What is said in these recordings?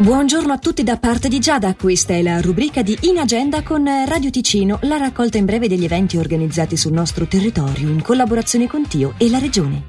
Buongiorno a tutti da parte di Giada, questa è la rubrica di In Agenda con Radio Ticino, la raccolta in breve degli eventi organizzati sul nostro territorio in collaborazione con Tio e la Regione.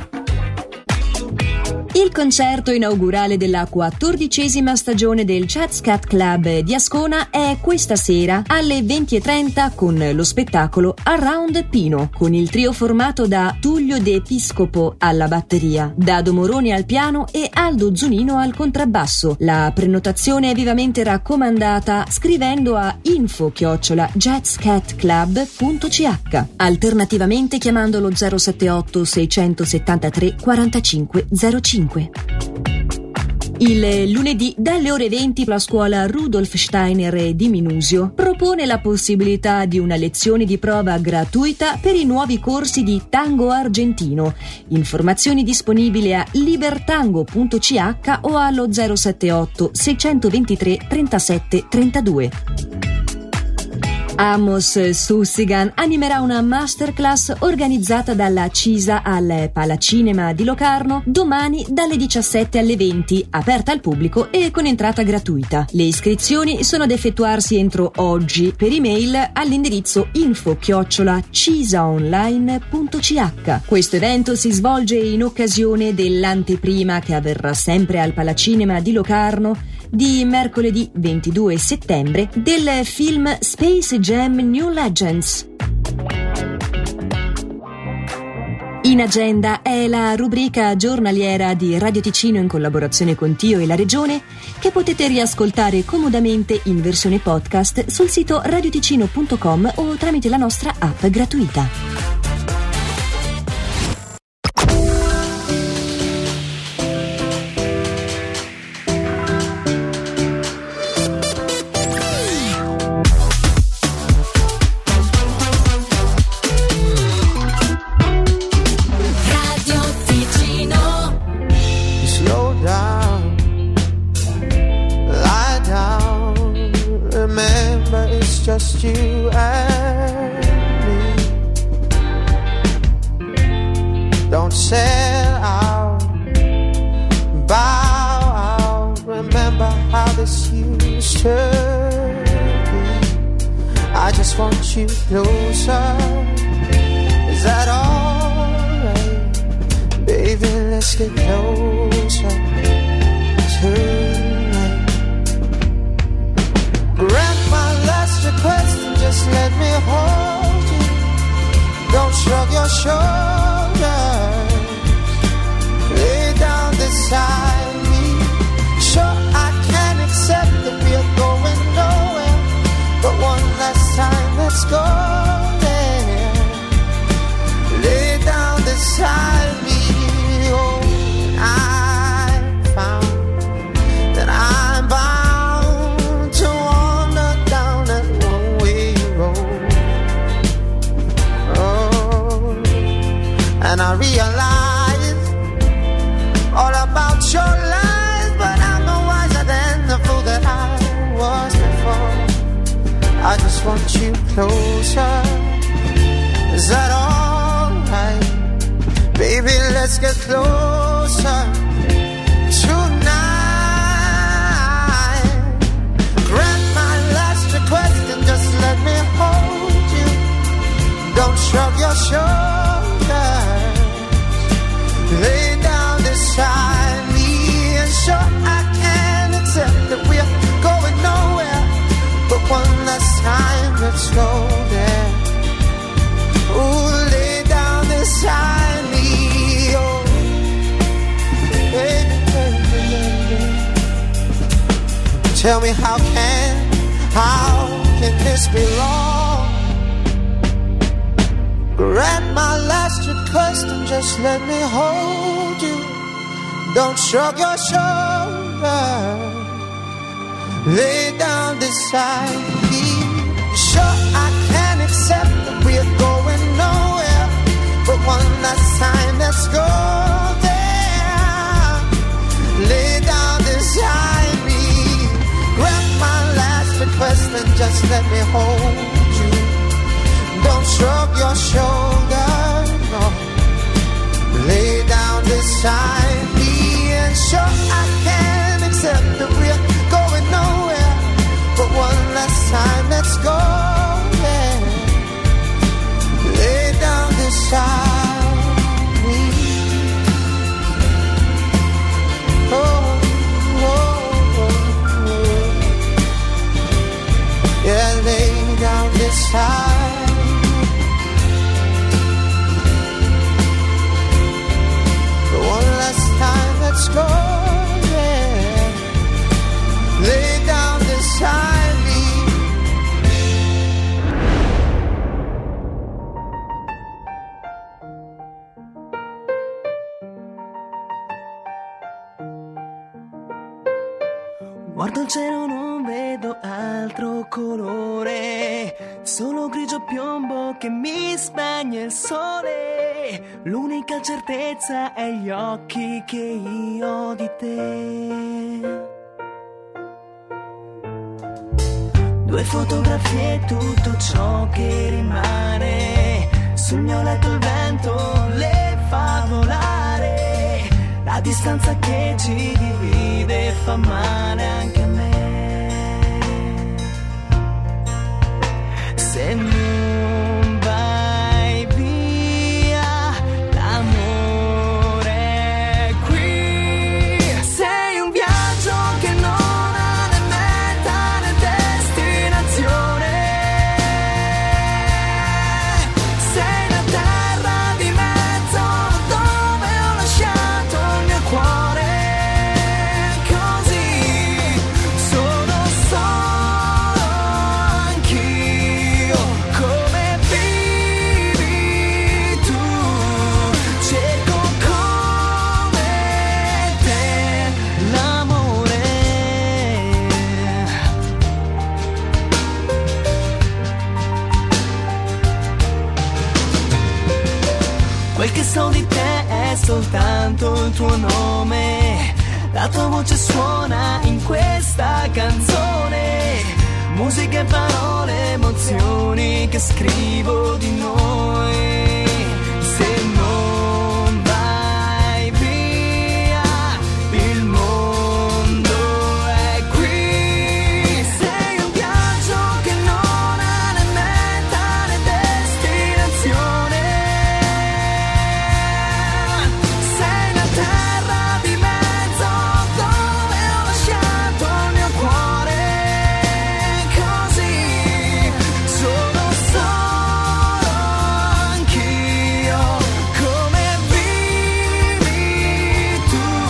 Il concerto inaugurale della 14ª stagione del Jazz Cat Club di Ascona è questa sera alle 20:30 con lo spettacolo Around Pino, con il trio formato da Tullio De Piscopo alla batteria, Dado Moroni al piano e Aldo Zunino al contrabbasso. La prenotazione è vivamente raccomandata scrivendo a info@jazzcatclub.ch, alternativamente chiamando lo 078 673 45 05. Il lunedì dalle ore 20 la scuola Rudolf Steiner di Minusio propone la possibilità di una lezione di prova gratuita per i nuovi corsi di tango argentino. Informazioni disponibili a libertango.ch o allo 078 623 37 32. Amos Sussigan animerà una masterclass organizzata dalla CISA al Palacinema di Locarno domani dalle 17 alle 20, aperta al pubblico e con entrata gratuita. Le iscrizioni sono da effettuarsi entro oggi per email all'indirizzo info@cisaonline.ch. Questo evento si svolge in occasione dell'anteprima che avverrà sempre al Palacinema di Locarno di mercoledì 22 settembre del film Space Jam New Legends. In Agenda è la rubrica giornaliera di Radio Ticino in collaborazione con Tio e la Regione, che potete riascoltare comodamente in versione podcast sul sito radioticino.com o tramite la nostra app gratuita. Just you and me. Don't sell out, bow out. Remember how this used to be. I just want you closer. Is that alright? Baby, let's get closer tonight. Grant my last request and just let me hold you. Don't shrug your shoulders. Lay down beside me. Sure, I can accept that we're going nowhere, but one last time, let's go there. Lay down beside me. Oh, I found that I'm bound to wander down that one-way road. Oh, and I realize all about your lies, but I'm no wiser than the fool that I was before. I just want you closer. Is that alright? Baby, let's get closer tonight. Grant my last request and just let me hold you. Don't shrug your shoulders. Lay down beside me. And sure, I can accept that we're going nowhere, but one last time, let's go there. Ooh, lay down beside me. Oh, baby, baby, baby. Tell me how can this be wrong? Grant my last request and just let me hold you. Don't shrug your shoulders. Lay down beside me. Sure, I can accept that we're going nowhere, but one last time, let's go there. Lay down beside me. Grant my last request and just let me hold you. Don't shrug your shoulders, no. Lay down beside me, and sure, I can accept that we're going nowhere. But one last time, let's go, yeah. Lay down beside me. Oh, oh, oh, oh. Yeah, lay down beside. But one last time, let's go, yeah. Lay down beside me. Guardo il cielo, non vedo altro colore, solo grigio piombo che mi spegne il sole. L'unica certezza è gli occhi che io ho di te. Due fotografie e tutto ciò che rimane. Sul mio letto il vento le fa volare. La distanza che ci divide fa male anche a me. Se non vai via, l'amore è qui. Sei un viaggio che non ha né meta né destinazione. Sei la terra di mezzo dove ho lasciato il mio cuore. Così sono solo anch'io. Come vivi tu? Cerco come te l'amore. Quel che so di te è soltanto il tuo nome. La tua voce suona in questa canzone. Musica e parole, emozioni che scrivo di noi.